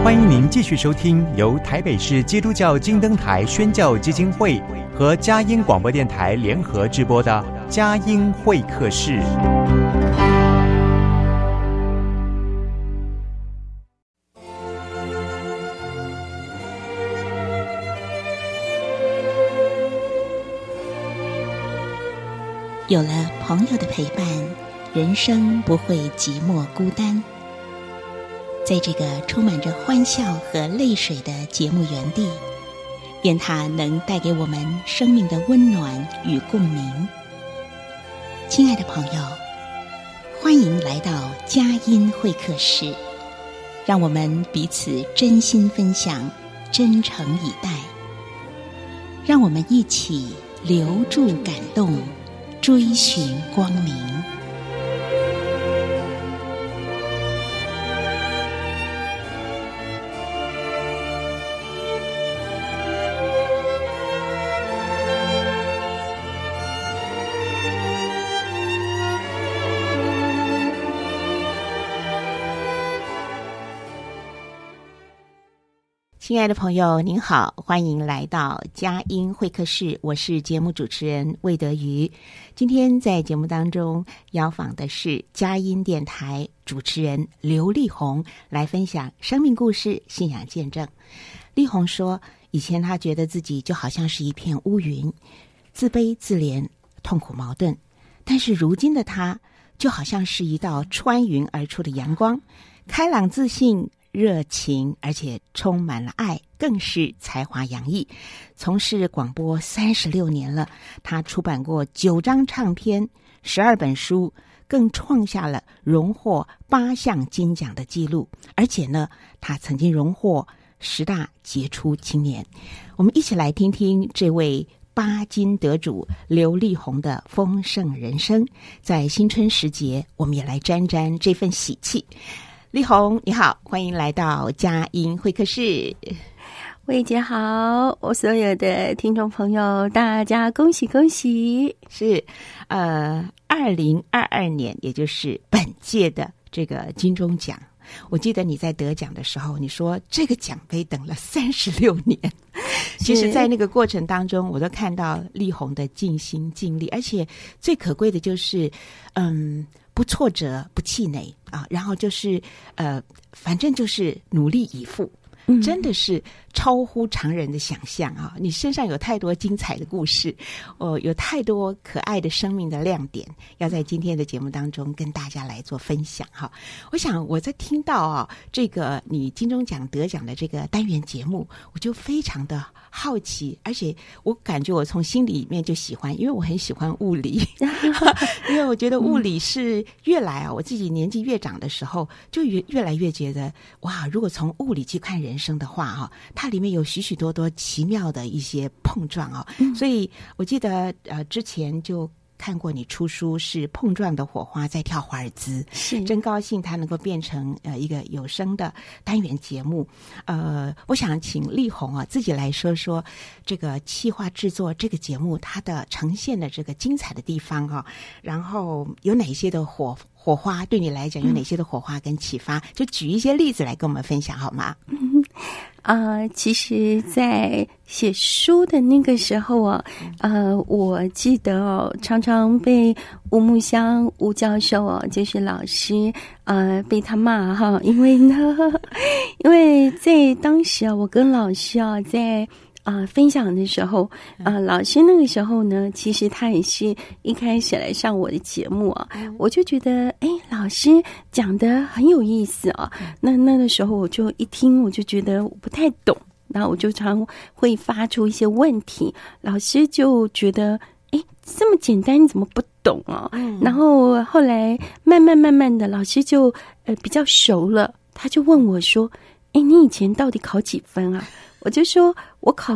欢迎您继续收听由台北市基督教金灯台宣教基金会和佳音广播电台联合直播的佳音会客室。 有了朋友的陪伴，人生不会寂寞孤单。在这个充满着欢笑和泪水的节目园地，愿它能带给我们生命的温暖与共鸣。亲爱的朋友，欢迎来到佳音会客室，让我们彼此真心分享，真诚以待。让我们一起留住感动，追寻光明。亲爱的朋友您好，欢迎来到佳音会客室，我是节目主持人魏德瑜。今天在节目当中邀访的是佳音电台主持人刘丽红，来分享生命故事、信仰见证。丽红说，以前她觉得自己就好像是一片乌云，自卑自怜，痛苦矛盾，但是如今的她就好像是一道穿云而出的阳光，开朗自信，热情，而且充满了爱，更是才华洋溢。从事广播36年了，他出版过9张唱片、12本书，更创下了荣获8项金奖的记录。而且呢，他曾经荣获10大杰出青年。我们一起来听听这位8金得主刘丽红的丰盛人生。在新春时节，我们也来沾沾这份喜气。丽红你好，欢迎来到佳音会客室。 魏姐好，我所有的听众朋友大家恭喜恭喜。 是2022年，也就是本届的这个金钟奖，我记得你在得奖的时候，你说这个奖杯等了36年。其实在那个过程当中，我都看到丽红的尽心尽力，而且最可贵的就是不挫折不气馁啊，然后就是反正就是努力以赴，真的是超乎常人的想象啊！你身上有太多精彩的故事，有太多可爱的生命的亮点，要在今天的节目当中跟大家来做分享哈。我想我在听到这个你金钟奖得奖的这个单元节目，我就非常的好奇，而且我感觉我从心里面就喜欢，因为我很喜欢物理因为我觉得物理是越来我自己年纪越长的时候，就越来越觉得哇，如果从物理去看人生的话它里面有许许多多奇妙的一些碰撞所以我记得之前就看过你出书是《碰撞的火花在跳华尔兹》，是真高兴它能够变成一个有声的单元节目。我想请丽红自己来说说这个企划制作这个节目它的呈现的这个精彩的地方然后有哪些的火花对你来讲有哪些的火花跟启发，就举一些例子来跟我们分享好吗？ 其实在写书的那个时候我记得常常被吴木香吴教授就是老师被他骂因为在当时我跟老师在分享的时候老师那个时候呢，其实他也是一开始来上我的节目我就觉得老师讲得很有意思那个时候我就一听我就觉得我不太懂，然后我就常会发出一些问题，老师就觉得这么简单你怎么不懂然后后来慢慢的老师就比较熟了，他就问我说你以前到底考几分啊？我就说我考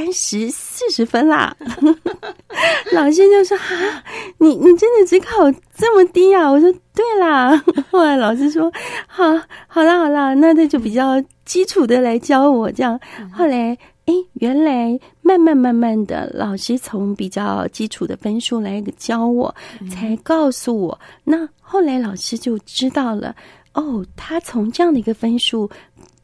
30、40分啦老师就说你真的只考这么低啊？我说对啦。后来老师说好啦，那就比较基础的来教我这样。后来原来慢慢的老师从比较基础的分数来教我，才告诉我，那后来老师就知道了他从这样的一个分数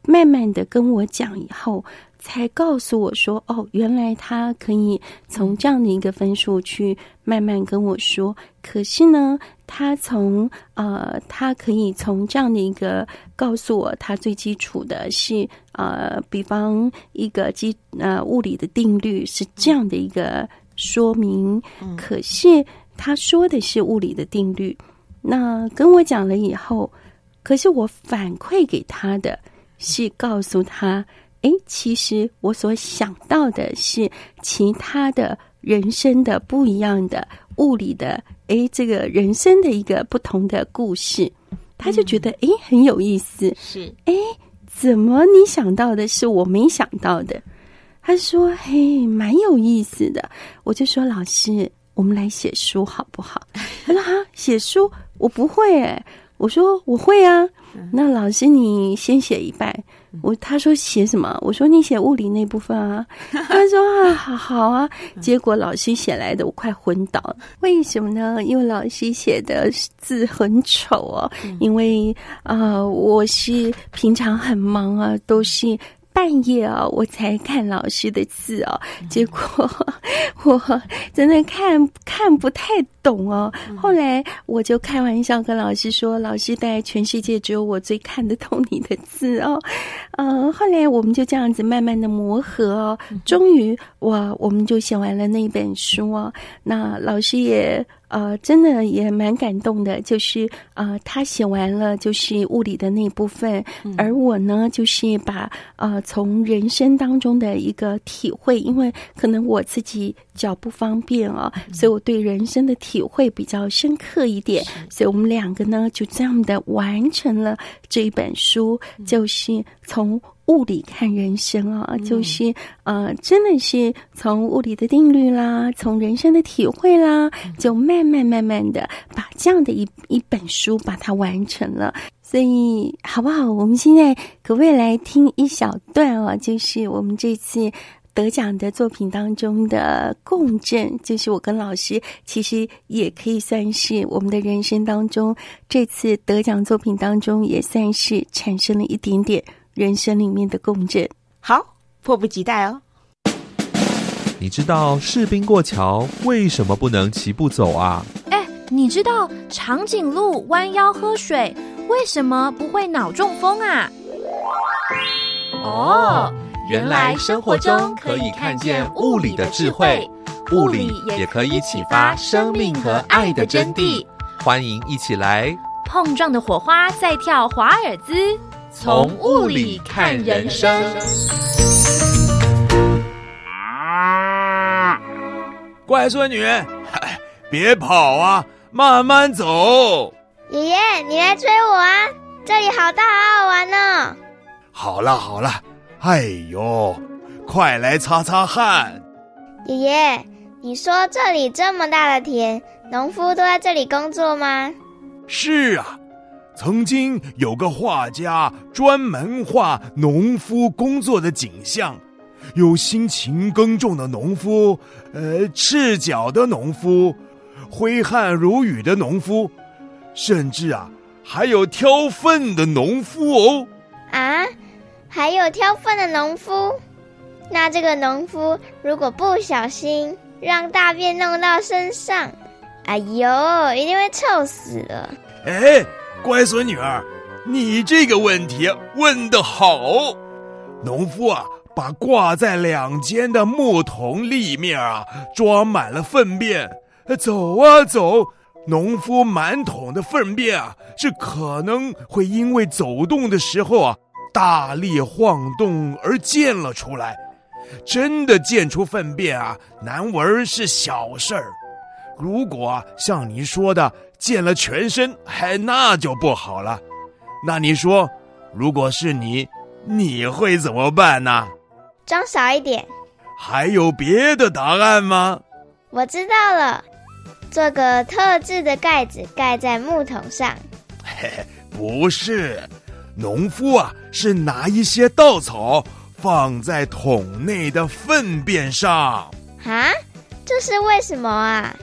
慢慢的跟我讲以后，才告诉我说，哦，原来他可以从这样的一个分数去慢慢跟我说。可是呢，他可以从这样的一个告诉我，他最基础的是比方一个物理的定律是这样的一个说明，可是他说的是物理的定律。那跟我讲了以后，可是我反馈给他的是告诉他，其实我所想到的是其他的人生的不一样的物理的，这个人生的一个不同的故事，他就觉得很有意思。 是， 怎么你想到的是我没想到的？他说，蛮有意思的。我就说，老师，我们来写书好不好？他说，写书我不会我说我会啊。那老师你先写一半。他说写什么？我说你写物理那部分啊。他说好啊。结果老师写来的我快昏倒了。为什么呢？因为老师写的字很丑哦。因为我是平常很忙啊，都是半夜我才看老师的字结果我真的看不太懂后来我就开玩笑跟老师说，老师大概全世界只有我最看得懂你的字后来我们就这样子慢慢的磨合终于我们就写完了那本书那老师也真的也蛮感动的，就是他写完了就是物理的那部分，而我呢就是把从人生当中的一个体会，因为可能我自己脚不方便所以我对人生的体会比较深刻一点，所以我们两个呢就这样的完成了这一本书，就是从物理看人生就是真的是从物理的定律啦，从人生的体会啦，就慢慢的把这样的一本书把它完成了。所以好不好，我们现在可不可以来听一小段就是我们这次得奖的作品当中的共振，就是我跟老师其实也可以算是我们的人生当中，这次得奖作品当中也算是产生了一点点人生里面的共振。 好，迫不及待哦。 你知道士兵过桥为什么不能齐步走啊？ 你知道长颈鹿弯腰喝水为什么不会脑中风啊？ 原来生活中可以看见物理的智慧，物理也可以启发生命和爱的真谛。欢迎一起来碰撞的火花在跳华尔兹， 从物理看人生。 乖孙女，别跑啊，慢慢走。 爷爷，你来追我啊，这里好大好好玩呢。 好了，哎呦，快来擦擦汗。 爷爷，你说这里这么大的田，农夫都在这里工作吗？ 是啊，曾经有个画家专门画农夫工作的景象，有辛勤耕种的农夫，赤脚的农夫，挥汗如雨的农夫，甚至还有挑粪的农夫还有挑粪的农夫。那这个农夫如果不小心让大便弄到身上，哎呦，一定会臭死了。 乖孙女儿，你这个问题问得好。农夫把挂在两间的木桶里面装满了粪便，走啊走，农夫满桶的粪便是可能会因为走动的时候大力晃动而溅了出来。真的溅出粪便难闻是小事儿，如果像你说的溅了全身，那就不好了。那你说，如果是你会怎么办呢？ 装少一点。 还有别的答案吗？ 我知道了，做个特制的盖子盖在木桶上。 不是，农夫是拿一些稻草放在桶内的粪便上。 这是为什么啊？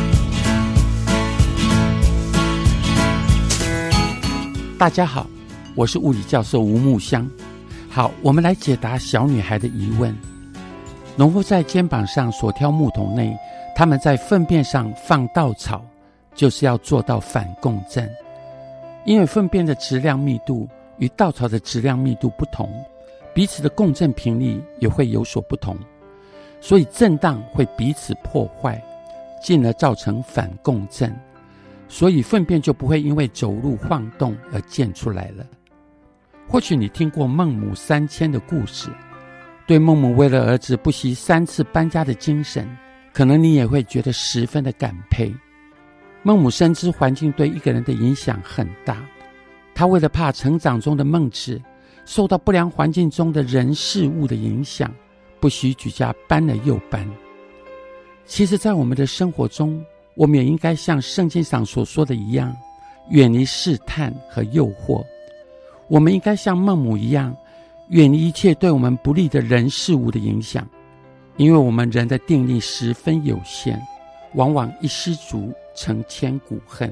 大家好， 我是物理教授吴木香。好，我们来解答小女孩的疑问。农夫在肩膀上所挑木桶内，他们在粪便上放稻草，就是要做到反共振。因为粪便的质量密度与稻草的质量密度不同，彼此的共振频率也会有所不同，所以震荡会彼此破坏，进而造成反共振，所以粪便就不会因为走路晃动而溅出来了。或许你听过孟母3000的故事，对孟母为了儿子不惜3次搬家的精神，可能你也会觉得十分的感佩。孟母深知环境对一个人的影响很大，她为了怕成长中的孟子受到不良环境中的人事物的影响，不许举家搬了又搬。其实在我们的生活中，我们也应该像圣经上所说的一样，远离试探和诱惑。我们应该像孟母一样，远离一切对我们不利的人事物的影响，因为我们人的定力十分有限，往往一失足成千古恨。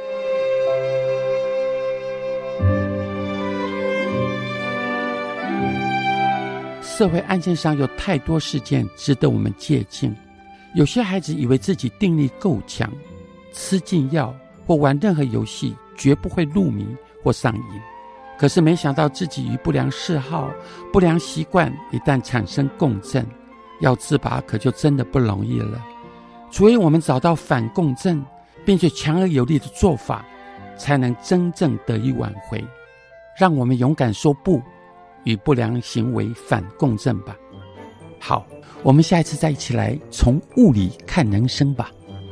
社会案件上有太多事件值得我们借鉴。有些孩子以为自己定力够强，吃禁药或玩任何游戏绝不会入迷或上瘾，可是没想到自己与不良嗜好、不良习惯一旦产生共振，要自拔可就真的不容易了。除非我们找到反共振并且强而有力的做法，才能真正得以挽回。让我们勇敢说不，与不良行为反共振吧。好，我们下一次再一起来从物理看人生吧。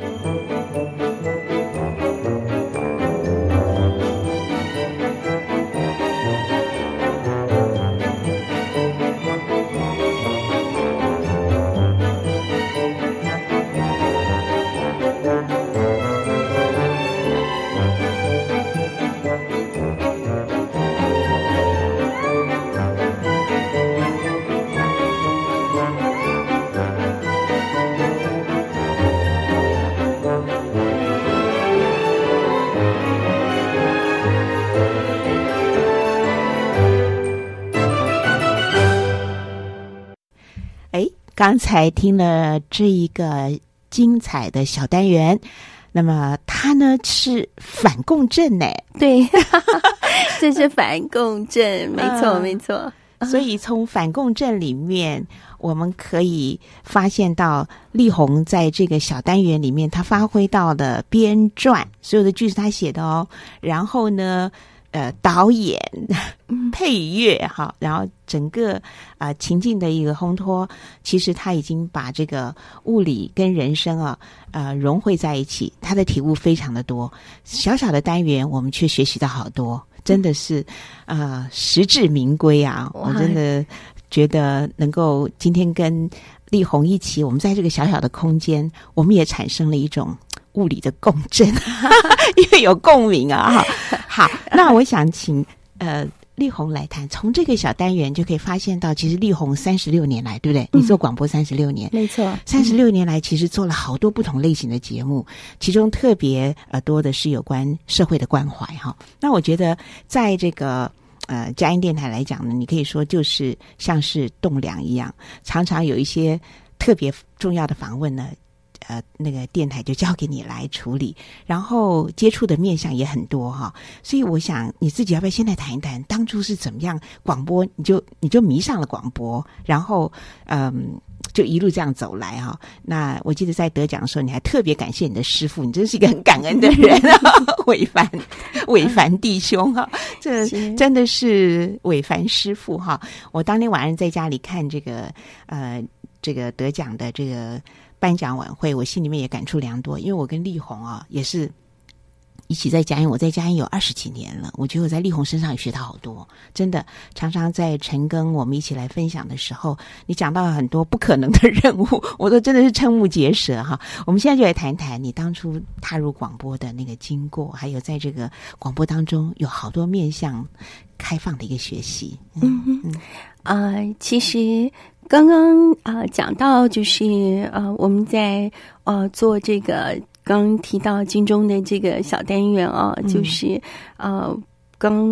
刚才听了这一个精彩的小单元，那么它呢是反共振呢？ 对，这是反共振，没错没错。 所以从反共振里面，我们可以发现到力宏在这个小单元里面，他发挥到了编撰，所有的剧是他写的哦。然后呢，导演、配乐哈，然后整个情境的一个烘托，其实他已经把这个物理跟人生融汇在一起，他的体悟非常的多。小小的单元，我们却学习到好多，真的是实至名归啊！我真的觉得能够今天跟力宏一起，我们在这个小小的空间，我们也产生了一种物理的共振，因为有共鸣啊！好，那我想请力宏来谈，从这个小单元就可以发现到，其实力宏36年来，对不对？你做广播36年， 没错 ，36年来其实做了好多不同类型的节目，其中特别多的是有关社会的关怀哈。那我觉得在这个佳音电台来讲呢，你可以说就是像是栋梁一样，常常有一些特别重要的访问呢。那个电台就交给你来处理，然后接触的面向也很多哈，所以我想你自己要不要先来谈一谈，当初是怎么样广播，你就迷上了广播，然后就一路这样走来哈。那我记得在得奖的时候，你还特别感谢你的师父，你真是一个很感恩的人啊，伟凡弟兄哈，这真的是伟凡师父哈。我当天晚上在家里看这个得奖的这个颁奖晚会，我心里面也感触良多，因为我跟力宏也是一起在佳音，我在佳音有20几年了，我觉得我在力宏身上也学到好多，真的常常在晨更我们一起来分享的时候，你讲到很多不可能的任务，我都真的是瞠目结舌哈。我们现在就来谈一谈你当初踏入广播的那个经过，还有在这个广播当中有好多面向开放的一个学习。 其实刚刚讲到就是我们在做这个刚提到金钟的这个小单元就是刚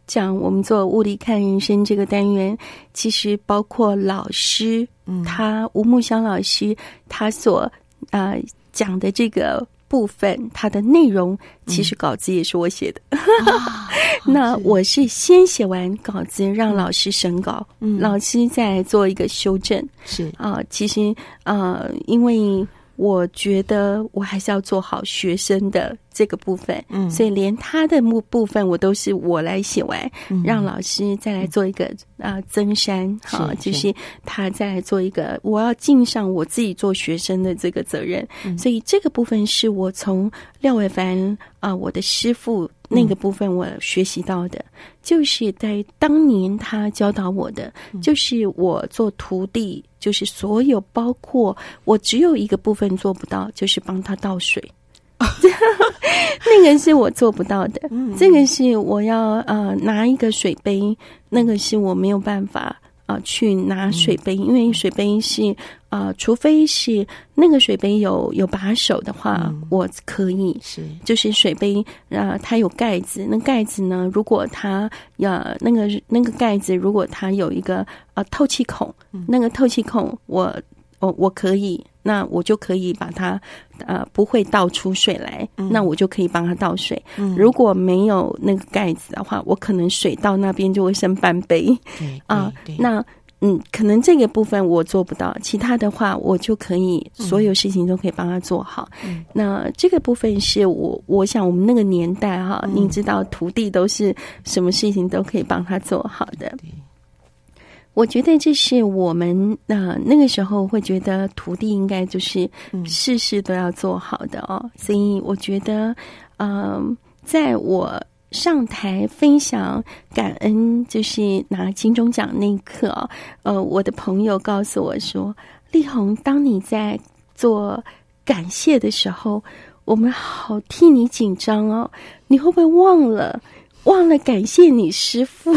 讲我们做物理看人生这个单元，其实包括老师，他吴木香老师他所讲的这个部分，它的内容其实稿子也是我写的。那我是先写完稿子，让老师审稿，老师再来做一个修正。 是其实因为我觉得我还是要做好学生的这个部分，所以连他的部分我都是我来写完，让老师再来做一个增删，就是他再来做一个，我要尽上我自己做学生的这个责任，所以这个部分是我从廖伟凡我的师父那个部分我学习到的，就是在当年他教导我的，就是我做徒弟，就是所有包括我只有一个部分做不到，就是帮他倒水。那个是我做不到的，这个是我要拿一个水杯，那个是我没有办法去拿水杯，因为水杯是除非是那个水杯有把手的话，我可以是就是水杯它有盖子，那盖子呢，如果它那个盖子如果它有一个透气孔，那个透气孔我可以，那我就可以把它不会倒出水来，那我就可以帮它倒水。如果没有那个盖子的话，我可能水到那边就会剩半杯那可能这个部分我做不到，其他的话我就可以所有事情都可以帮他做好。那这个部分是我想我们那个年代你知道徒弟都是什么事情都可以帮他做好的。我觉得这是我们那个时候会觉得徒弟应该就是事事都要做好的所以我觉得在我上台分享感恩就是拿金钟奖那一刻我的朋友告诉我说，丽红，当你在做感谢的时候，我们好替你紧张你会不会忘了感谢你师父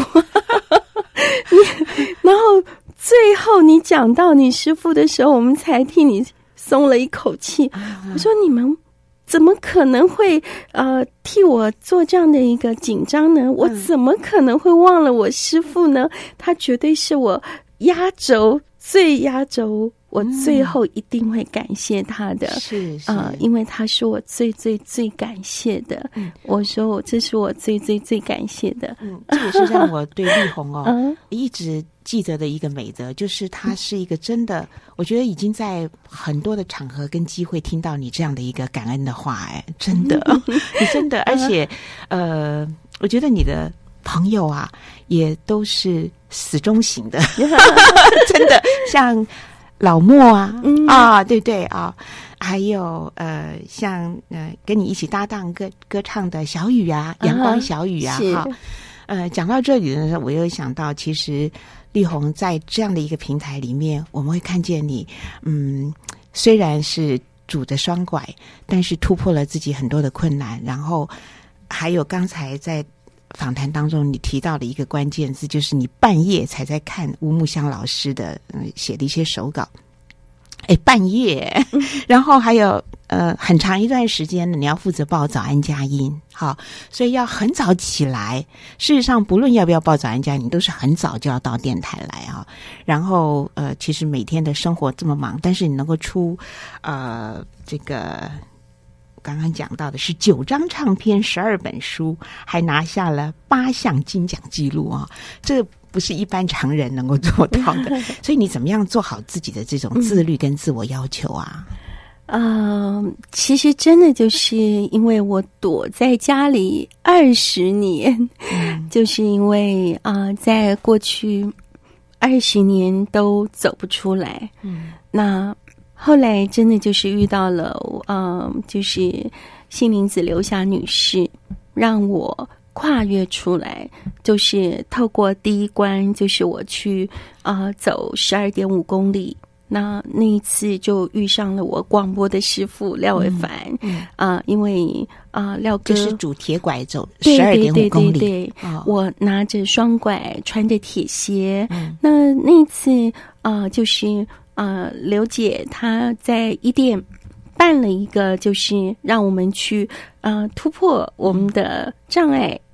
然后最后你讲到你师父的时候，我们才替你松了一口气。我说你们怎么可能会替我做这样的一个紧张呢？我怎么可能会忘了我师父呢？他绝对是我最压轴，我最后一定会感谢他的，是因为他是我最最最感谢的。我说这是我最最最感谢的。 这也是让我对丽红一直记得的一个美德，就是他是一个真的，我觉得已经在很多的场合跟机会听到你这样的一个感恩的话，真的，你真的，而且我觉得你的朋友也都是死忠型的真的，像老莫对对还有像跟你一起搭档歌唱的小雨阳光小雨讲到这里的时候，我又想到其实丽红在这样的一个平台里面，我们会看见你虽然是拄着双拐，但是突破了自己很多的困难，然后还有刚才在访谈当中你提到的一个关键字，就是你半夜才在看吴木香老师的写的一些手稿，半夜然后还有很长一段时间呢，你要负责报早安佳音，所以要很早起来。事实上不论要不要报早安佳音，都是很早就要到电台来然后其实每天的生活这么忙，但是你能够出这个刚刚讲到的是9张唱片12本书，还拿下了8项金奖记录这不是一般常人能够做到的所以你怎么样做好自己的这种自律跟自我要求其实真的就是因为我躲在家里20年就是因为在过去20年都走不出来那后来真的就是遇到了就是杏林子刘霞女士，让我跨越出来，就是透过第一关，就是我去走12.5公里。那一次就遇上了我广播的师父廖伟凡因为廖哥就是拄铁拐走12.5公里， 对我拿着双拐，穿着铁鞋那一次就是刘姐她在伊甸办了一个，就是让我们去突破我们的障碍。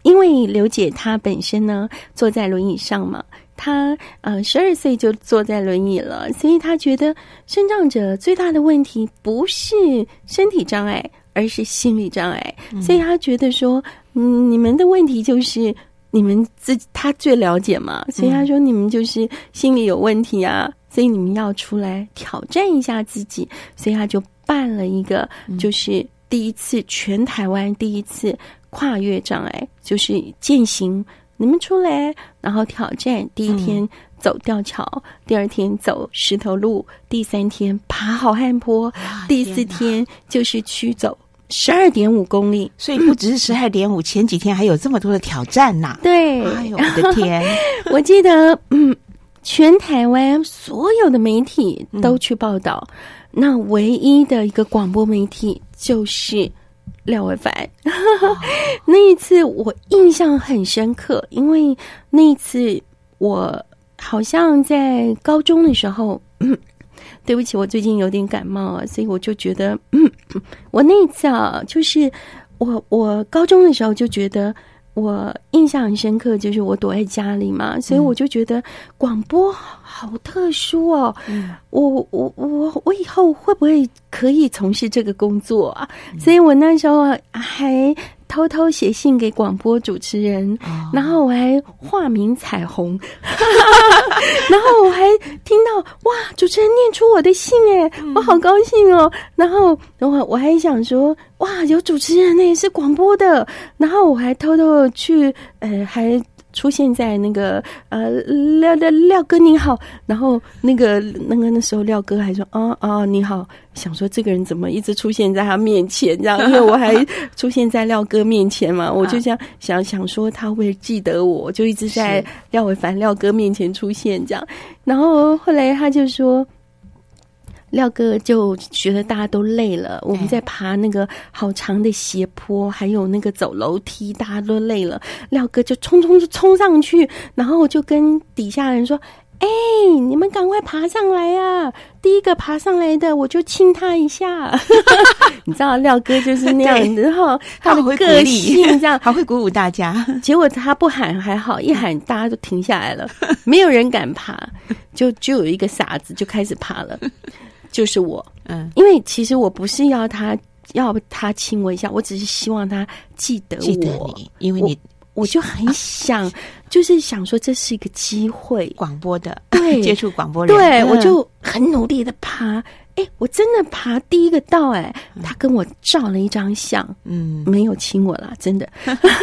因为刘姐她本身呢坐在轮椅上嘛，她12岁就坐在轮椅了，所以她觉得身障者最大的问题不是身体障碍，而是心理障碍。所以她觉得说，你们的问题就是你们她最了解嘛，所以她说你们就是心理有问题啊，所以你们要出来挑战一下自己，所以她就办了一个就是第一次全台湾第一次跨越障碍，就是健行，你们出来然后挑战，第一天走吊桥，第二天走石头路，第三天爬好汉坡，第4天就是去走12.5公里。 所以不只是12.5，前几天还有这么多的挑战呐。 对， 哎呦我的天我记得全台湾所有的媒体都去报道，那唯一的一个广播媒体就是廖伟凡。那一次我印象很深刻，因为那一次我好像在高中的时候，对不起，我最近有点感冒啊，所以我就觉得我那一次啊，就是我高中的时候就觉得我印象很深刻，就是我躲在家里嘛，所以我就觉得广播好特殊哦。我以后会不会可以从事这个工作啊？所以我那时候还偷偷写信给广播主持人，然后我还化名彩虹，然后我还听到哇，主持人念出我的信耶，我好高兴哦。然后我还想说哇，有主持人呢，是广播的，然后我还偷偷去还出现在那个廖哥你好，然后那时候廖哥还说你好，想说这个人怎么一直出现在他面前这样，因为我还出现在廖哥面前嘛，我就这样想说他会记得我，就一直在廖伟凡廖哥面前出现这样。然后后来他就说，廖哥就觉得大家都累了，我们在爬那个好长的斜坡，还有那个走楼梯，大家都累了，廖哥就冲上去，然后就跟底下人说，你们赶快爬上来啊，第一个爬上来的我就亲他一下。你知道廖哥就是那样子，然后他的个性这样， 好会鼓舞大家。 结果他不喊还好，一喊大家都停下来了，没有人敢爬，就有一个傻子就开始爬了，就是我。因为其实我不是要他亲我一下，我只是希望他记得你，因为我就很想，就是想说这是一个机会， 广播的， 对， 接触广播人， 对，我就很努力的爬，我真的爬第一个到，他跟我照了一张相，没有亲我啦，真的，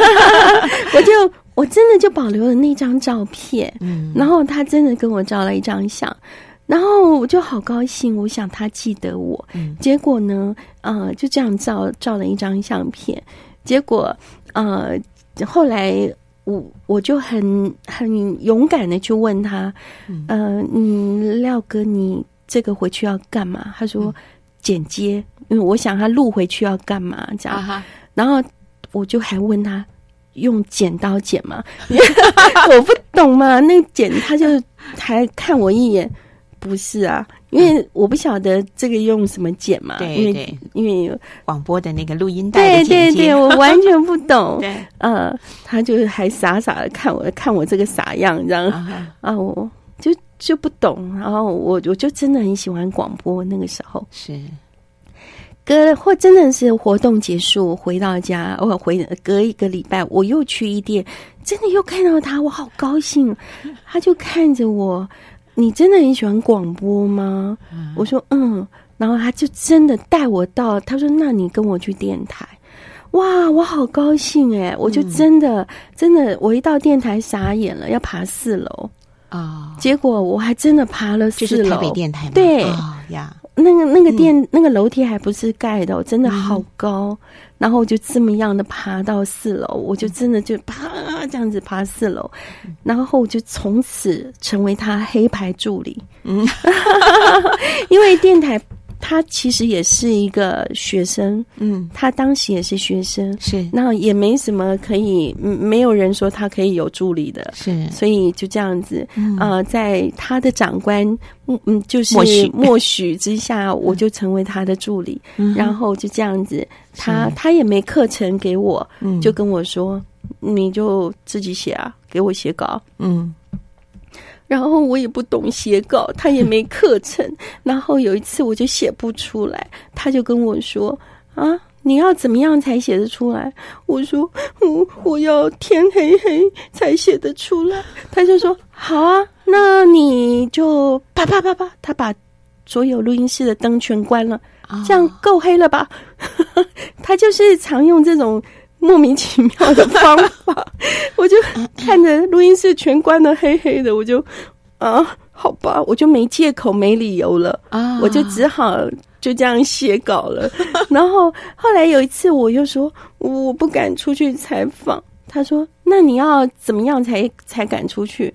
我真的就保留了那张照片，然后他真的跟我照了一张相。然后我就好高兴，我想他记得我。结果呢，就这样照了一张相片。结果，后来我就很勇敢的去问他，廖哥，你这个回去要干嘛？他说剪接，因为我想他录回去要干嘛这样。然后我就还问他用剪刀剪吗？我不懂嘛，那剪他就还看我一眼。不是啊，因为我不晓得这个用什么剪嘛， 对， 因为广播的那个录音带的剪接， 对，我完全不懂。 对， 他就还傻傻的看我这个傻样，这样我就不懂。然后我就真的很喜欢广播，那个时候是。 或真的是活动结束回到家，隔一个礼拜我又去一店，真的又看到他，我好高兴。他就看着我。你真的很喜欢广播吗？我说然后他就真的带我到，他说那你跟我去电台。哇，我好高兴我就真的我一到电台傻眼了，要爬4楼结果我还真的爬了4楼， 就是台北电台吗？ 对那个那个楼梯还不是盖的，真的好高。然后我就这么样的爬到4楼，我就真的就这样子爬4楼，然后我就从此成为他黑牌助理。因为电台他其实也是一个学生，他当时也是学生， 是， 那也没什么可以，没有人说他可以有助理的， 是， 所以就这样子，在他的长官，就是默许之下，我就成为他的助理，然后就这样子，他也没课程给我，就跟我说， 你就自己写啊，给我写稿。然后我也不懂写稿，他也没课程。然后有一次我就写不出来，他就跟我说啊，你要怎么样才写得出来？我说我要天黑黑才写得出来。他就说好啊，那你就啪啪啪啪，他把所有录音室的灯全关了，这样够黑了吧？他就是常用这种莫名其妙的方法。我就看着录音室全关了黑黑的，我就好吧，我就没借口没理由了我就只好就这样写稿了。然后后来有一次我又说我不敢出去采访，他说那你要怎么样才敢出去？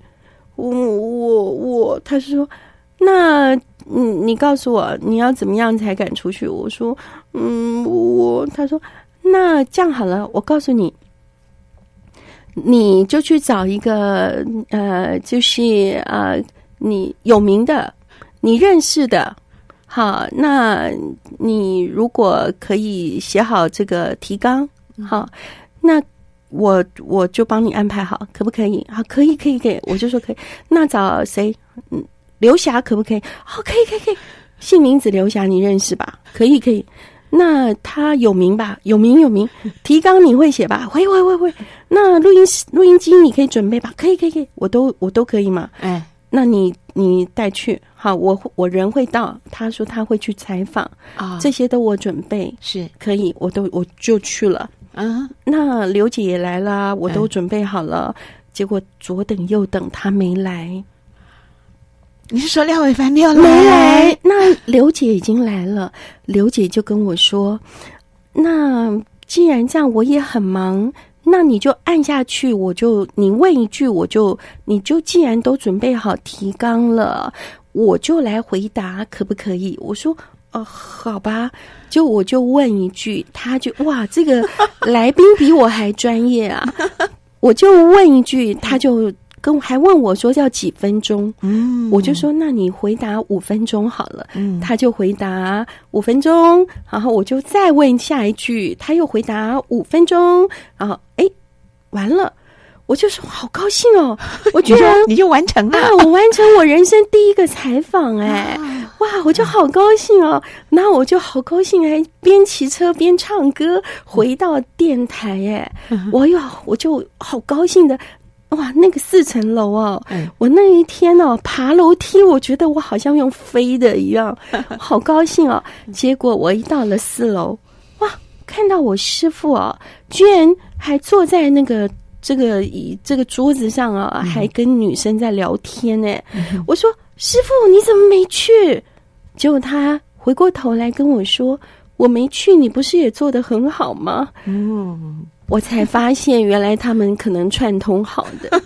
他说那你告诉我你要怎么样才敢出去？我说他说那这样好了，我告诉你，你就去找一个就是你有名的你认识的，好，那你如果可以写好这个提纲，好，那我就帮你安排好，可不可以？好，可以，我就说可以。那找谁？刘霞可不可以？好，可以，姓名子刘霞你认识吧？可以。那他有名吧？有名。提纲你会写吧？会。那录音机你可以准备吧？可以，我都可以嘛。那你带去好，我人会到。他说他会去采访这些都我准备，是可以，我就去了。那刘姐也来了，我都准备好了。结果左等右等，他没来。 你是说廖伟凡没有来？ 没来。那刘姐已经来了，刘姐就跟我说，那既然这样我也很忙，那你就按下去，你问一句你就既然都准备好提纲了，我就来回答可不可以？我说好吧，我就问一句，他就哇，这个来宾比我还专业啊。我就问一句，他就还问我说要几分钟，我就说那你回答5分钟好了，他就回答5分钟，然后我就再问下一句，他又回答5分钟，然后完了，我就说好高兴哦，我居然你就完成了我完成我人生第一个采访哇，我就好高兴哦，那我就好高兴，还边骑车边唱歌回到电台我就好高兴的。哇，那个4层楼我那一天爬楼梯，我觉得我好像用飞的一样，好高兴结果我一到了4楼，哇，看到我师父居然还坐在那个这个桌子上还跟女生在聊天呢。我说师父你怎么没去？结果他回过头来跟我说，我没去，你不是也做得很好吗？我才发现原来他们可能串通好的。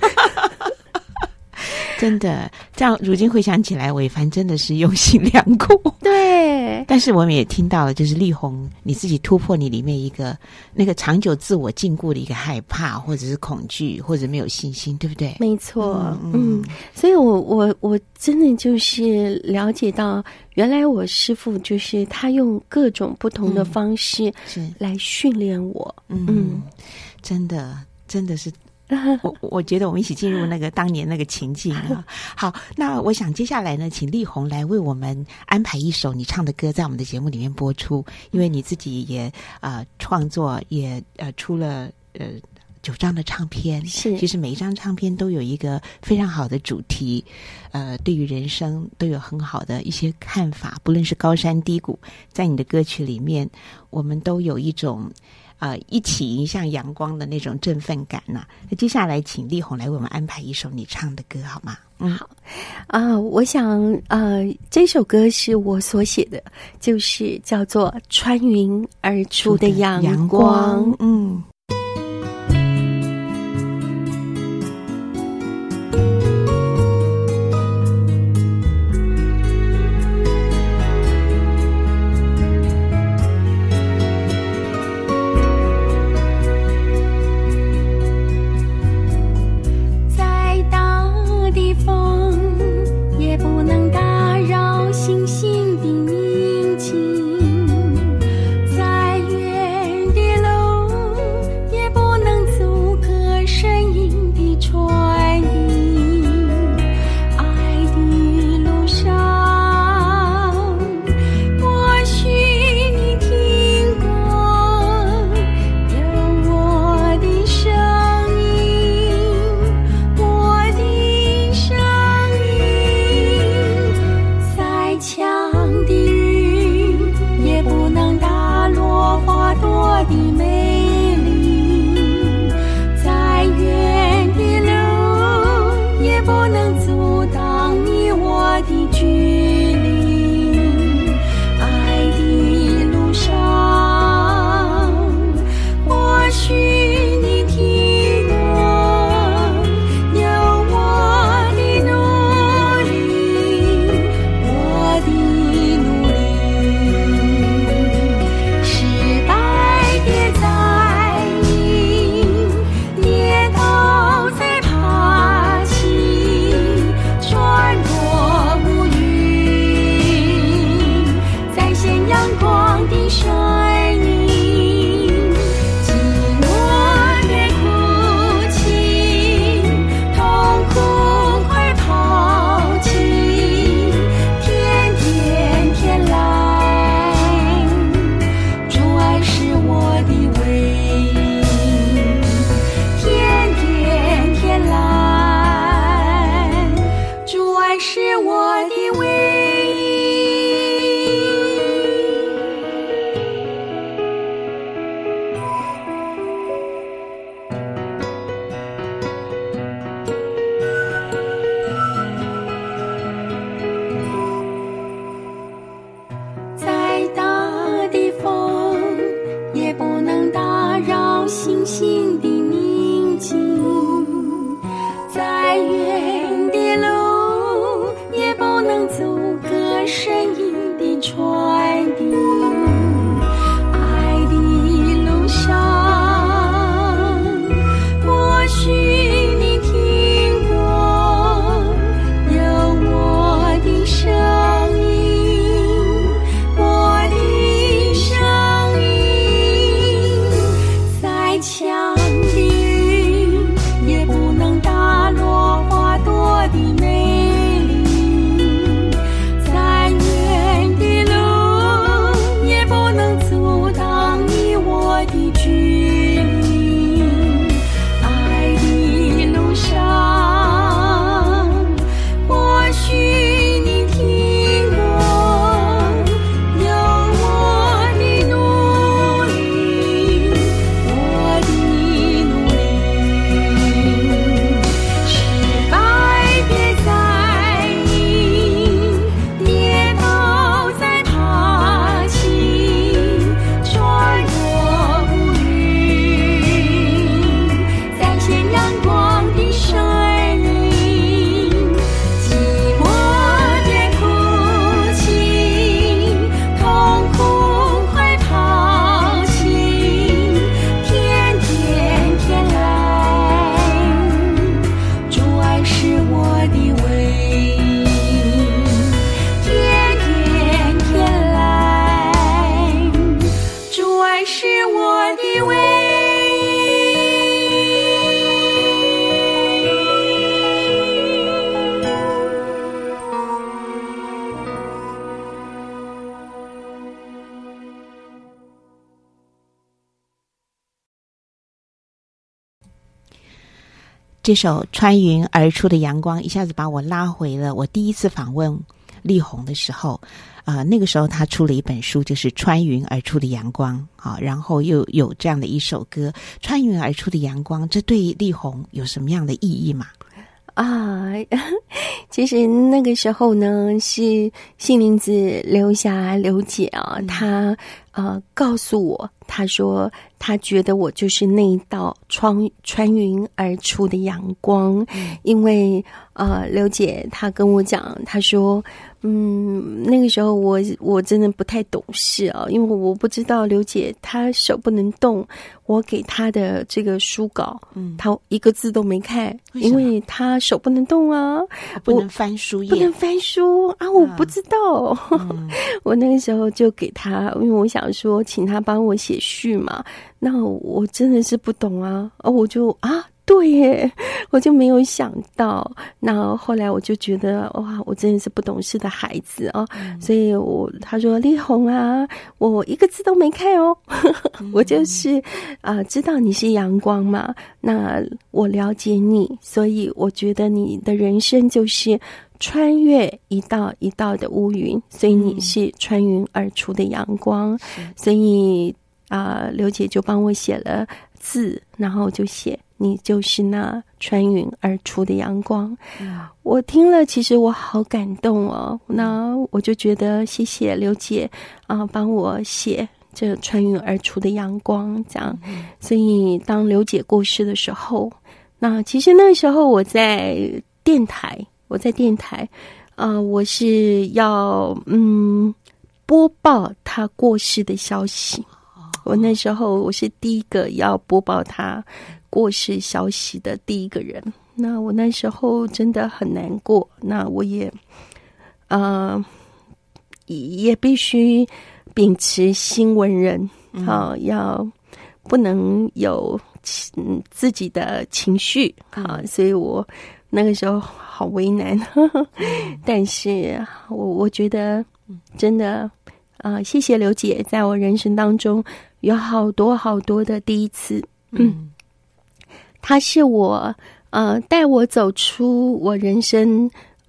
真的，这样如今回想起来，伟凡真的是用心良苦。 对， 但是我们也听到了，就是丽红你自己突破你里面一个那个长久自我禁锢的一个害怕，或者是恐惧，或者没有信心，对不对？ 没错，所以我真的就是了解到，原来我师父就是他用各种不同的方式来训练我。 真的是。我觉得我们一起进入那个当年那个情境好，那我想接下来呢，请丽红来为我们安排一首你唱的歌，在我们的节目里面播出。因为你自己也创作，也出了9张的唱片，是，其实每一张唱片都有一个非常好的主题，对于人生都有很好的一些看法，不论是高山低谷，在你的歌曲里面，我们都有一种一起迎向阳光的那种振奋感那接下来请丽红来为我们安排一首你唱的歌好吗？ 好我想这首歌是我所写的，就是叫做《穿云而出的阳光》。 这首穿云而出的阳光一下子把我拉回了我第一次访问力宏的时候，那个时候他出了一本书，就是穿云而出的阳光，好，然后又有这样的一首歌，穿云而出的阳光，这对力宏有什么样的意义吗？ 其实那个时候呢，是杏林子刘霞刘姐啊，她告诉我，她说她觉得我就是那一道穿云而出的阳光，因为刘姐她跟我讲，她说那个时候我真的不太懂事啊，因为我不知道刘姐她手不能动，我给她的这个书稿，她一个字都没看，因为她手不能动啊， 不能翻书页， 不能翻书啊，我不知道。我那个时候就给她，因为我想说请她帮我写序嘛，那我真的是不懂啊，我就对耶，我就没有想到。那后来我就觉得哇，我真的是不懂事的孩子啊，所以他说力宏啊，我一个字都没看哦，我就是知道你是阳光嘛，那我了解你，所以我觉得你的人生就是穿越一道一道的乌云，所以你是穿云而出的阳光，所以刘姐就帮我写了字，然后就写你就是那穿云而出的阳光。我听了其实我好感动哦，那我就觉得谢谢刘姐帮我写这穿云而出的阳光这样。所以当刘姐过世的时候，那其实那时候我在电台我是要播报她过世的消息。我那时候我是第一个要播报他过世消息的第一个人，那我那时候真的很难过，那我也必须秉持新闻人要不能有自己的情绪所以我那个时候好为难但是我觉得真的谢谢刘姐，在我人生当中有好多好多的第一次。她是我带我走出我人生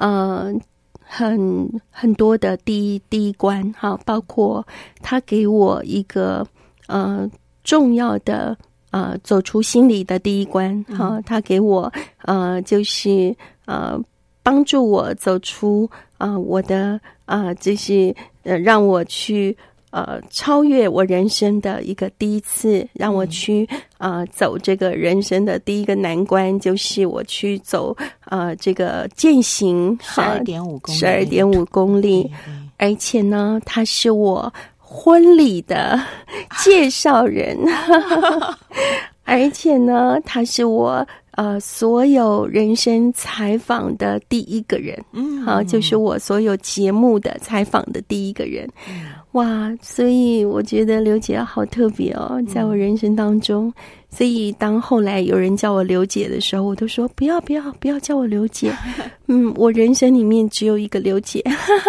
很多的第一关包括她给我一个重要的走出心理的第一关她给我就是帮助我走出我的就是让我去超越我人生的一个第一次，让我去走这个人生的第一个难关，就是我去走这个健行12.5公里，而且呢，他是我婚礼的介绍人，而且呢，他是我所有人生采访的第一个人，就是我所有节目的采访的第一个人，哇！所以我觉得刘姐好特别哦，在我人生当中。所以当后来有人叫我刘姐的时候，我都说不要叫我刘姐，我人生里面只有一个刘姐，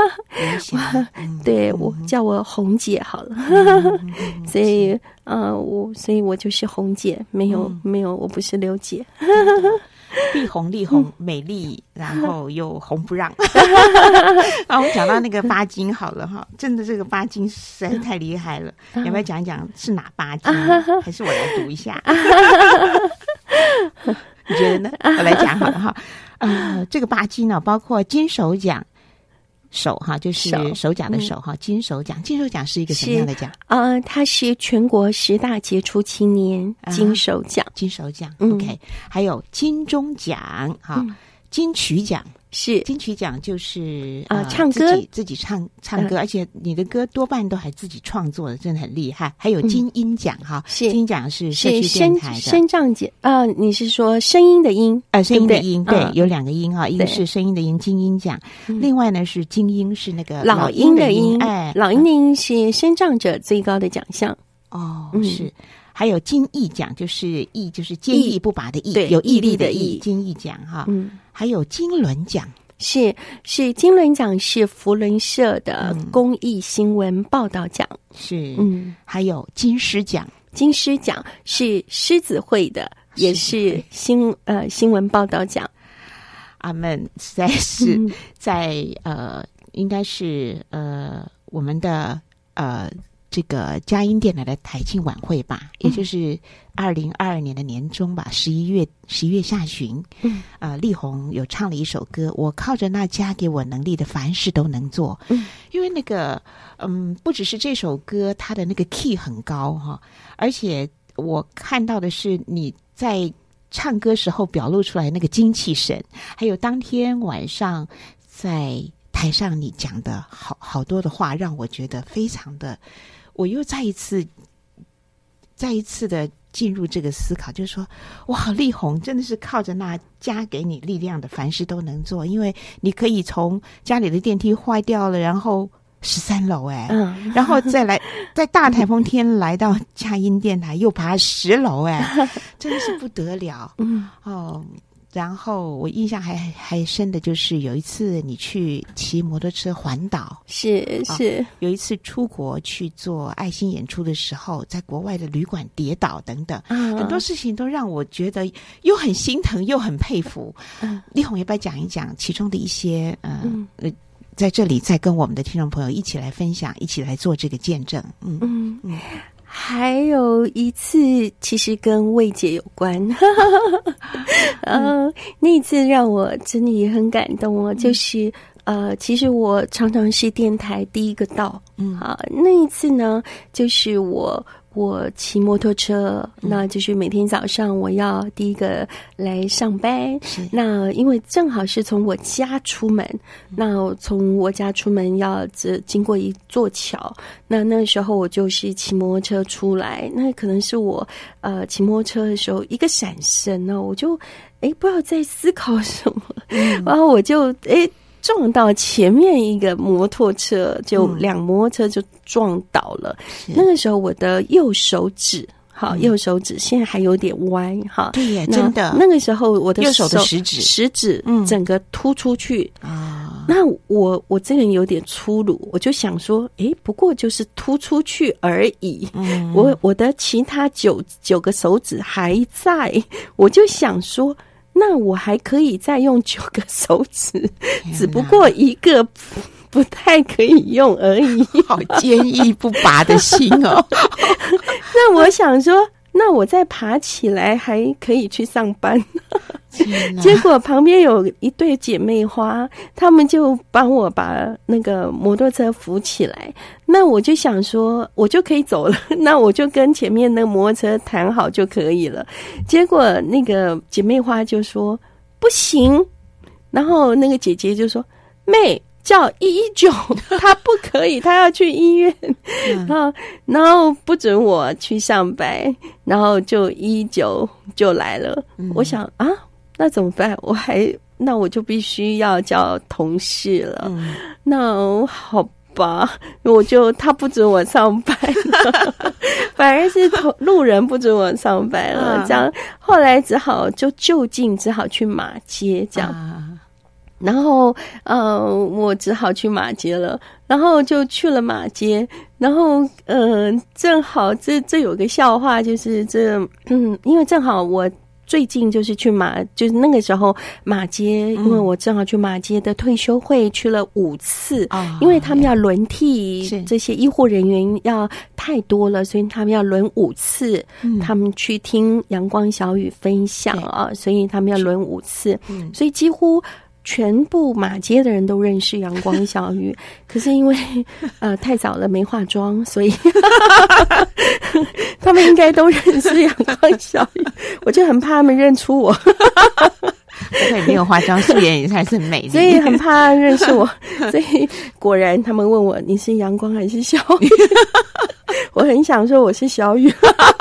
对，我叫我红姐好了，所以我就是红姐，没有，我不是刘姐。 丽红美丽，然后又红不让。我们讲到那个巴金好了哈，真的这个巴金实在太厉害了，要不要讲一讲是哪巴金？还是我来读一下？你觉得呢？我来讲好了哈。这个巴金呢，包括金手奖。手哈，就是手奖的手哈，金手奖。金手奖是一个什么样的奖？ 它是全国10大杰出青年金手奖。 金手奖 ，OK。还有金钟奖哈，金曲奖是金曲奖，就是唱歌自己唱歌，而且你的歌多半都还自己创作的，真的很厉害。还有金音奖哈，金音奖是社区电台的声障奖你是说声音的音？ 声音的音，对，有2个音哈，一个是声音的音，金音奖，另外呢是金音，是那个老鹰的鹰，老鹰的鹰是声障者最高的奖项。 是。还有金毅奖，就是毅就是坚毅不拔的毅，有毅力的毅，金毅奖哈。还有金轮奖， 是金轮奖是福伦社的公益新闻报道奖， 是还有金狮奖。 金狮奖是狮子会的也是新闻报道奖。 阿们实在是在应该是我们的这个佳音电台的台庆晚会吧，也就是2022年的年中吧，11月下旬，力宏有唱了一首歌，我靠着那加给我能力的，凡事都能做。因为那个不只是这首歌，它的那个 key 很高哈，而且我看到的是你在唱歌时候表露出来那个精气神，还有当天晚上在台上你讲的好多的话，让我觉得非常的，我又再一次的进入这个思考，就是说，哇，力宏真的是靠着那加给你力量的，凡事都能做，因为你可以从家里的电梯坏掉了，然后13楼然后再来在大台风天来到佳音电台，又爬10楼真的是不得了。然后我印象还深的就是有一次你去骑摩托车环岛， 是有一次出国去做爱心演出的时候，在国外的旅馆跌倒等等，很多事情都让我觉得又很心疼又很佩服。力宏也不要讲一讲其中的一些在这里再跟我们的听众朋友一起来分享，一起来做这个见证。 还有一次其实跟魏姐有关那一次让我真的也很感动就是其实我常常是电台第一个到那一次呢，就是我骑摩托车，那就是每天早上我要第一个来上班。那因为正好是从我家出门，那从我家出门要经过一座桥，那时候我就是骑摩托车出来，那可能是我骑摩托车的时候一个闪身呢，我就不知道在思考什么，然后我就撞到前面一个摩托车，就两摩托车就撞倒了。那个时候我的右手指，右手指现在还有点歪对耶，真的。 那个时候我的右手的食指整个凸出去那我这个人有点粗鲁，我就想说，不过就是凸出去而已。我的其他九个手指还在，我就想说，那我还可以再用9个手指，只不过一个不太可以用而已。 好坚毅不拔的心哦。 那我想说，那我再爬起来还可以去上班。结果旁边有一对姐妹花，她们就帮我把那个摩托车扶起来。那我就想说，我就可以走了，那我就跟前面那个摩托车谈好就可以了。结果那个姐妹花就说不行，然后那个姐姐就说，妹，叫119，他不可以，他要去医院。然后不准我去上班，然后就119就来了。我想那怎么办？那我就必须要叫同事了。那好吧，他不准我上班了，反而是路人不准我上班了。这样后来只好就近只好去马街这样。然后我只好去马街了，然后就去了马街，然后正好这有个笑话，就是因为正好我最近就是就是那个时候马街，因为我正好去马街的退休会去了5次，因为他们要轮替这些医护人员要太多了，所以他们要轮5次，他们去听阳光小雨分享所以他们要轮5次，所以几乎全部马街的人都认识阳光小雨，可是因为太早了没化妆，所以他们应该都认识阳光小雨，我就很怕他们认出我。 不会没有化妆，素颜也才是美丽， 所以很怕认识我。所以果然他们问我你是阳光还是小雨，我很想说我是小雨。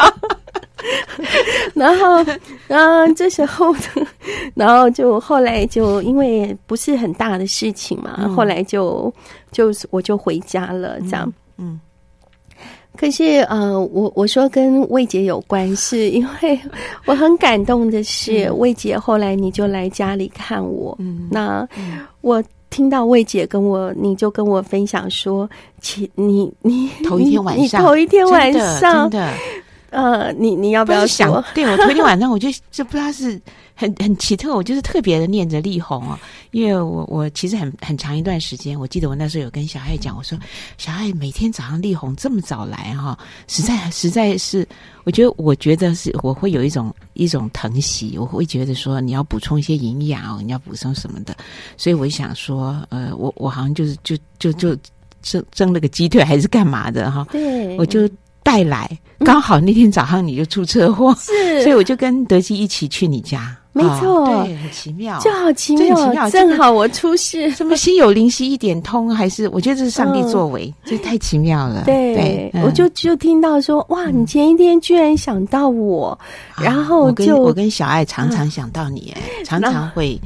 然后这时候呢，然后就后来就因为不是很大的事情嘛，后来我就回家了这样。可是我说跟魏姐有关，是因为我很感动的是，魏姐后来你就来家里看我，那我听到魏姐你就跟我分享说，你头一天晚上， 你头一天晚上真的你要不要说？ 对，我昨天晚上我就不知道是很奇特，我就是特别的念着丽红哦，因为我其实很长一段时间，我记得我那时候有跟小爱讲，我说小爱每天早上丽红这么早来哈，实在是，我觉得是我会有一种疼惜，我会觉得说你要补充一些营养哦，你要补充什么的，所以我想说我好像就蒸了个鸡腿还是干嘛的哈， 对， 我就带来，刚好那天早上你就出车祸， 是， 所以我就跟德基一起去你家。 没错， 对，很奇妙， 就好奇妙，正好我出事， 什么心有灵犀一点通，还是我觉得这是上帝作为，这太奇妙了。 对，我就听到说，哇，你前一天居然想到我，然后我跟小爱常常想到你，常常会。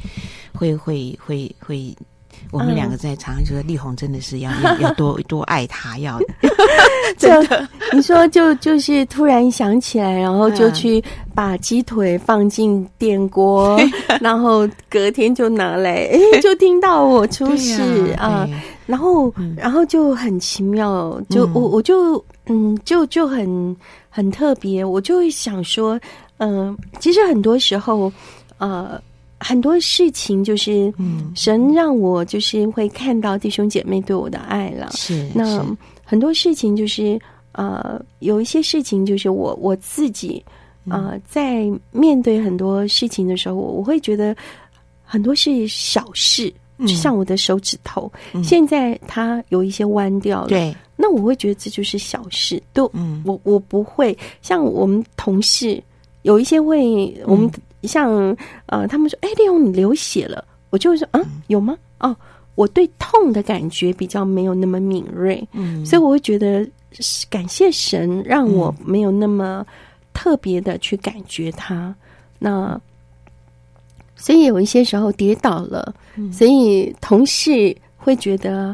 我们两个在常常说，丽红真的是要多爱他，要真的。 你说就是突然想起来，然后就去把鸡腿放进电锅，然后隔天就拿来，就听到我出事啊，然后就很奇妙，就我就很特别，我就会想说，其实很多时候，很多事情就是神让我就是会看到弟兄姐妹对我的爱了。 是那很多事情就是有一些事情就是我自己在面对很多事情的时候，我会觉得很多是小事，就像我的手指头，现在它有一些弯掉了， 对， 那我会觉得这就是小事，都我不会像我们同事有一些会我们。像他们说，丽红你流血了，我就会说，有吗？哦，我对痛的感觉比较没有那么敏锐，所以我会觉得感谢神让我没有那么特别的去感觉它。那所以有一些时候跌倒了，所以同事会觉得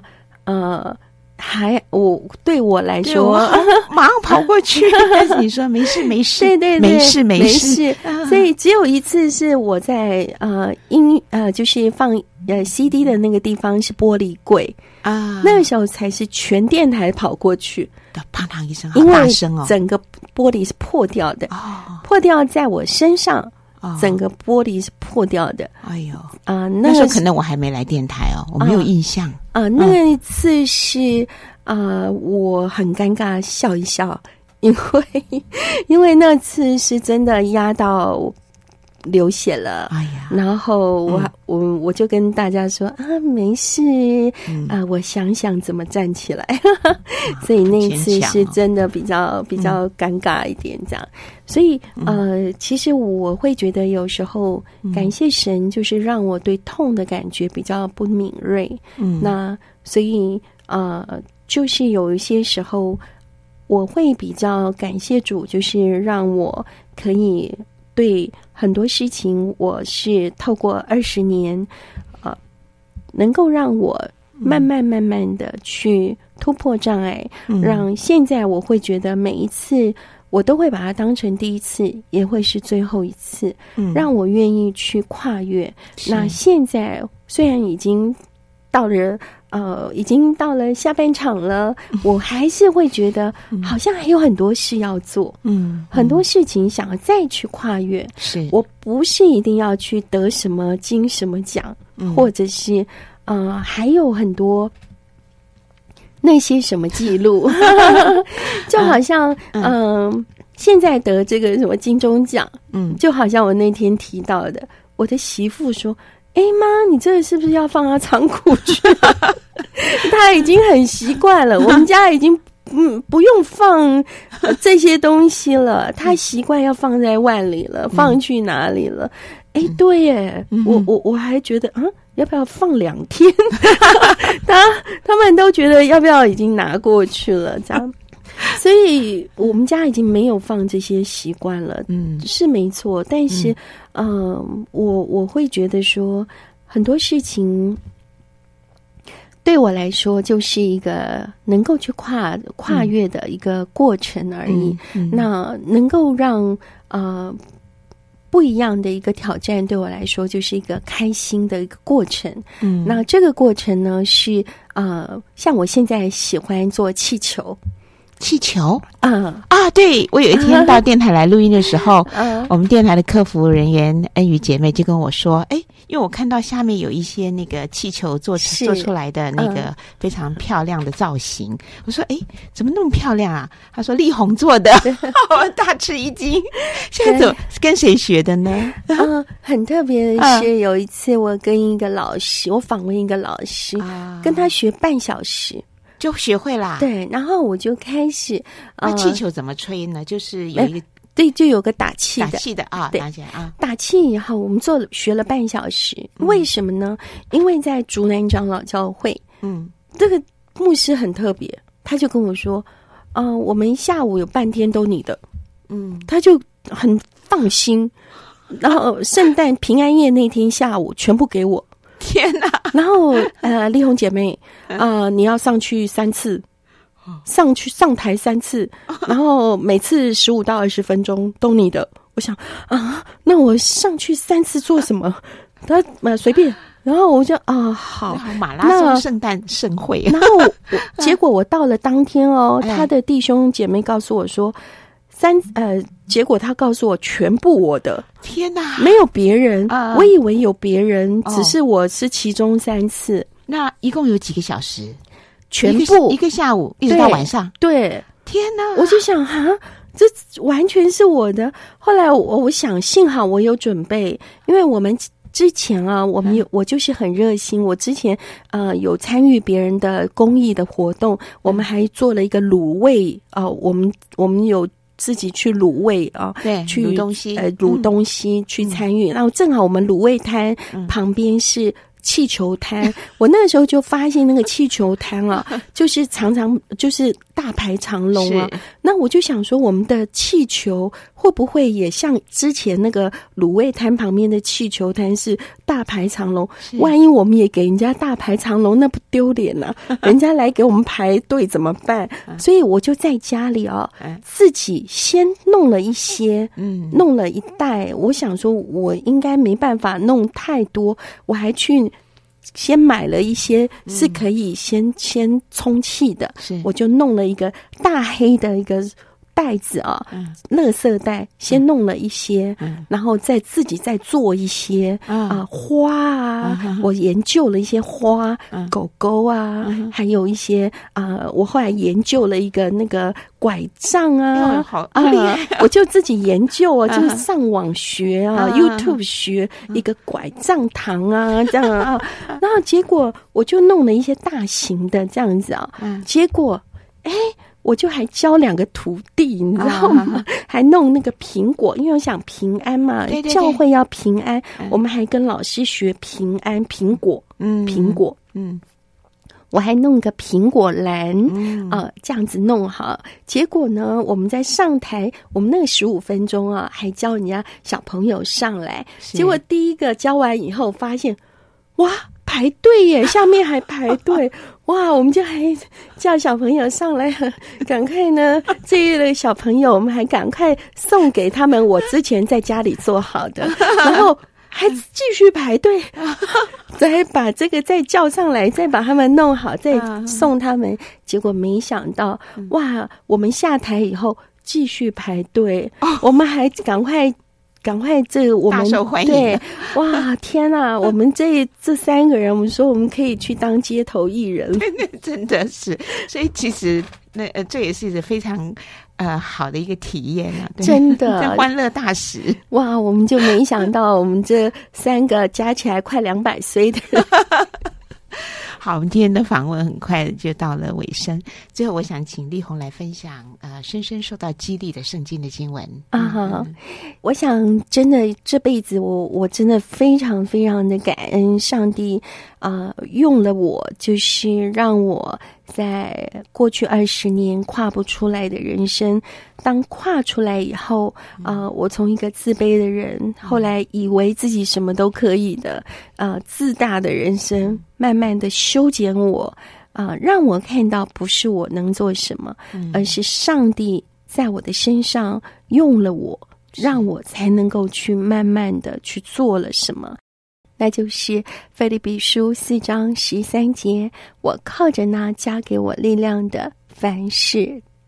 对我来说， 马上跑过去，但是你说没事， 对， 没事， 所以只有一次是我在就是放CD 的那个地方是玻璃柜啊，那个时候才是全电台跑过去， 砰砰一声，好大声哦， 整个玻璃是破掉的，破掉在我身上。整个玻璃是破掉的。 哎呦那时候可能我还没来电台我没有印象那一次是我很尴尬笑一笑，因为那次是真的压到流血了，哎呀！然后我就跟大家说没事我想想怎么站起来，所以那一次是真的比较尴尬一点这样。所以其实我会觉得有时候感谢神，就是让我对痛的感觉比较不敏锐。那所以就是有一些时候我会比较感谢主，就是让我可以对很多事情，我是透过20年能够让我慢慢的去突破障碍，让现在我会觉得每一次我都会把它当成第一次，也会是最后一次，让我愿意去跨越。那现在虽然已经到了下半场了，我还是会觉得好像还有很多事要做，很多事情想要再去跨越。 是我不是一定要去得什么金什么奖，或者是还有很多那些什么记录，就好像现在得这个什么金钟奖，就好像我那天提到的，我的媳妇说。妈，你这个是不是要放到仓库去？他已经很习惯了，我们家已经不用放这些东西了，他习惯要放在碗里了，放去哪里了？对耶，我还觉得要不要放2天？他们都觉得要不要已经拿过去了，这样。所以我们家已经没有放这些习惯了，是没错。但是，我会觉得说很多事情对我来说就是一个能够去跨越的一个过程而已。那能够让不一样的一个挑战，对我来说就是一个开心的一个过程。那这个过程呢是像我现在喜欢做气球。 气球对，我有一天到电台来录音的时候，我们电台的客服人员恩瑜姐妹就跟我说，因为我看到下面有一些那个气球做出来的那个非常漂亮的造型，我说怎么那么漂亮啊？他说丽红做的，我大吃一惊。现在怎么跟谁学的呢？ 很特别的是，有一次我跟一个老师，我访问一个老师，跟他学半小时。 就学会啦， 对，然后我就开始那气球怎么吹呢？就是有一个对，就有个打气的啊， 对， 打起来啊， 打气以后我们学了半小时，为什么呢？因为在竹南长老教会，这个牧师很特别，他就跟我说，我们下午有半天都你的，他就很放心，然后圣诞平安夜那天下午全部给我。 天哪！ 然后丽红姐妹你要上去3次，上台3次，然后每次15到20分钟都你的。我想那我上去3次做什么？他随便。然后我就好， 马拉松圣诞盛会。 然后结果我到了当天他的弟兄姐妹告诉我说。结果他告诉我全部我的， 天哪， 没有别人，我以为有别人，只是我是其中3次。 那一共有几个小时？ 全部一个下午一直到晚上。 对， 天哪！ 我就想这完全是我的。后来我想，幸好我有准备，因为我们之前我就是很热心。我之前有参与别人的公益的活动，我们还做了一个卤味我们有自己去卤味对， 去卤东西去参与。然后正好我们卤味摊旁边是气球摊，我那个时候就发现那个气球摊就是常常就是大排长龙那我就想说，我们的气球会不会也像之前那个卤味摊旁边的气球摊是大排长龙？万一我们也给人家大排长龙，那不丢脸啊？人家来给我们排队怎么办？所以我就在家里自己先弄了一些，弄了一袋。我想说，我应该没办法弄太多，我还去。先买了一些是可以先充气的，我就弄了一个大黑的一个袋子垃圾袋，先弄了一些，然后自己再做一些花我研究了一些花，狗狗还有一些我后来研究了一个那个拐杖好厉害我就自己研究就是上网学YouTube 学一个拐杖糖这样然后结果我就弄了一些大型的这样子结果我就还教2个徒弟，你知道吗？还弄那个苹果，因为我想平安嘛， 对教会要平安，我们还跟老师学平安苹果，苹果，我还弄个苹果篮，这样子弄好。结果呢，我们在上台，我们那个15分钟还教人家小朋友上来，结果第一个教完以后，发现哇。排队耶，下面还排队哇！我们就还叫小朋友上来，赶快呢，这一类小朋友，我们还赶快送给他们我之前在家里做好的，然后还继续排队，再把这个再叫上来，再把他们弄好，再送他们。结果没想到，哇！我们下台以后继续排队，我们还赶快我们大受欢迎对哇天哪！我们这3个人，我们说我们可以去当街头艺人， 真的是。所以其实这也是一个非常好的一个体验真的欢乐大使哇！我们就没想到我们这3个加起来快200岁的好，我们今天的访问很快就到了尾声。最后，我想请丽红来分享深深受到激励的圣经的经文我想真的这辈子我真的非常非常的感恩上帝用了我，就是让我在过去20年跨不出来的人生，当跨出来以后我从一个自卑的人，后来以为自己什么都可以的自大的人生，慢慢的修剪我让我看到不是我能做什么，而是上帝在我的身上用了我，让我才能够去慢慢的去做了什么。那就是腓立比书4章13节，我靠着那加给我力量的，凡事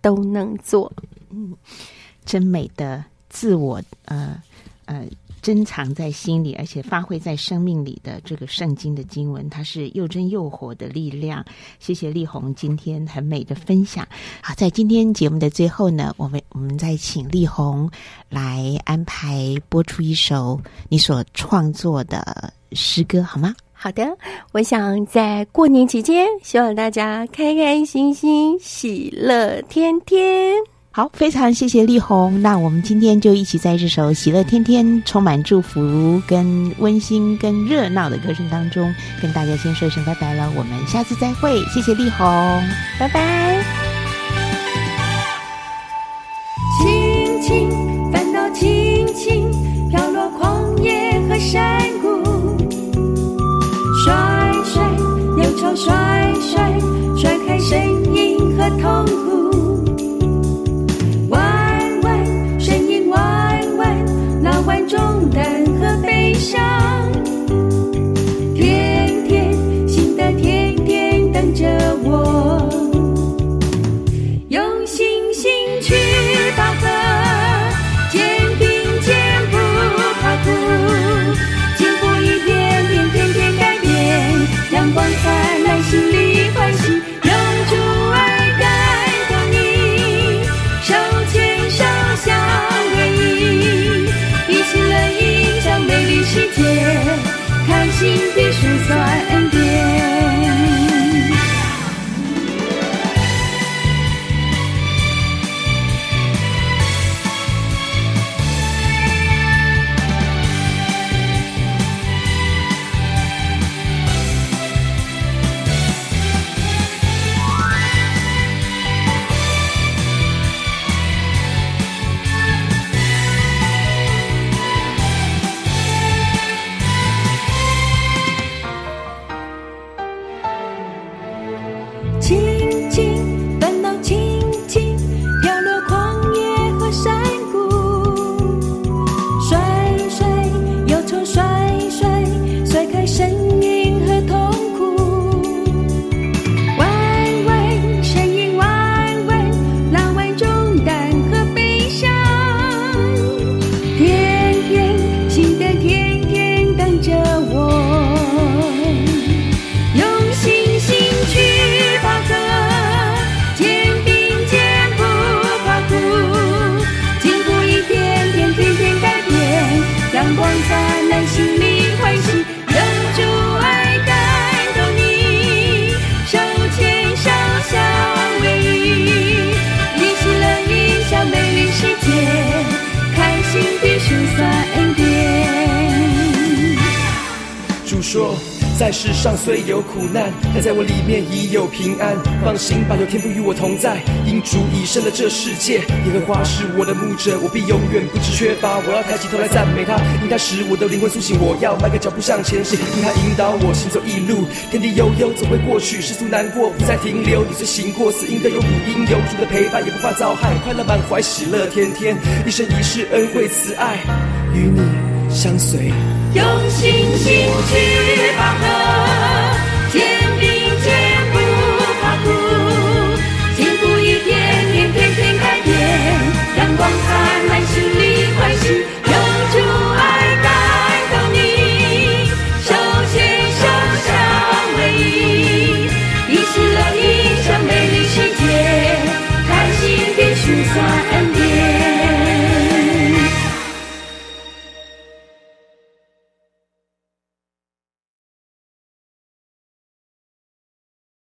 都能做。 真美的自我珍藏在心里，而且发挥在生命里的这个圣经的经文，它是又真又活的力量。谢谢丽红今天很美的分享。好，在今天节目的最后呢，我们再请丽红来安排播出一首你所创作的诗歌，好吗？ 好的，我想在过年期间，希望大家开开心心，喜乐天天。 好，非常谢谢丽红。那我们今天就一起在这首喜乐天天充满祝福跟温馨跟热闹的歌声当中，跟大家先说一声拜拜了，我们下次再会。谢谢丽红， 拜拜。轻轻烦恼轻轻飘落旷野和山谷，甩甩忧愁甩甩甩开声音和痛苦，重担和悲伤，天天新的天天等着我，用信心去饱和，肩并肩不怕苦，经过一点点天天改变，阳光灿烂心里欢喜，有主爱感动你，手牵手相偎依，一起来影响美丽世界，开心地数算恩典。轻轻烦恼轻轻飘落旷野和山谷，甩甩忧愁甩甩甩开声音和痛苦，弯弯声音弯弯拉弯重担和悲伤，天天新的天天等着我，用信心去饱和，肩并肩不怕苦，经过一点点天天改变，阳光灿烂心里欢喜，有主爱感动你，手牵手相偎依，一起乐影响美丽世界，开心地数算恩典。 主说在世上虽有苦难，但在我里面已有平安。放心吧，有天父与我同在，因主已胜了这世界。耶和华是我的牧者，我必永远不致缺乏。我要抬起头来赞美他，因他使我的灵魂苏醒。我要迈开脚步向前行，因他引导我行走义路。天地悠悠总会过去，世俗难过不再停留。你虽行过死荫的幽谷，因有主的陪伴，也不怕遭害。快乐满怀，喜乐天天，一生一世恩惠慈爱与你相随， 用信心去饱和。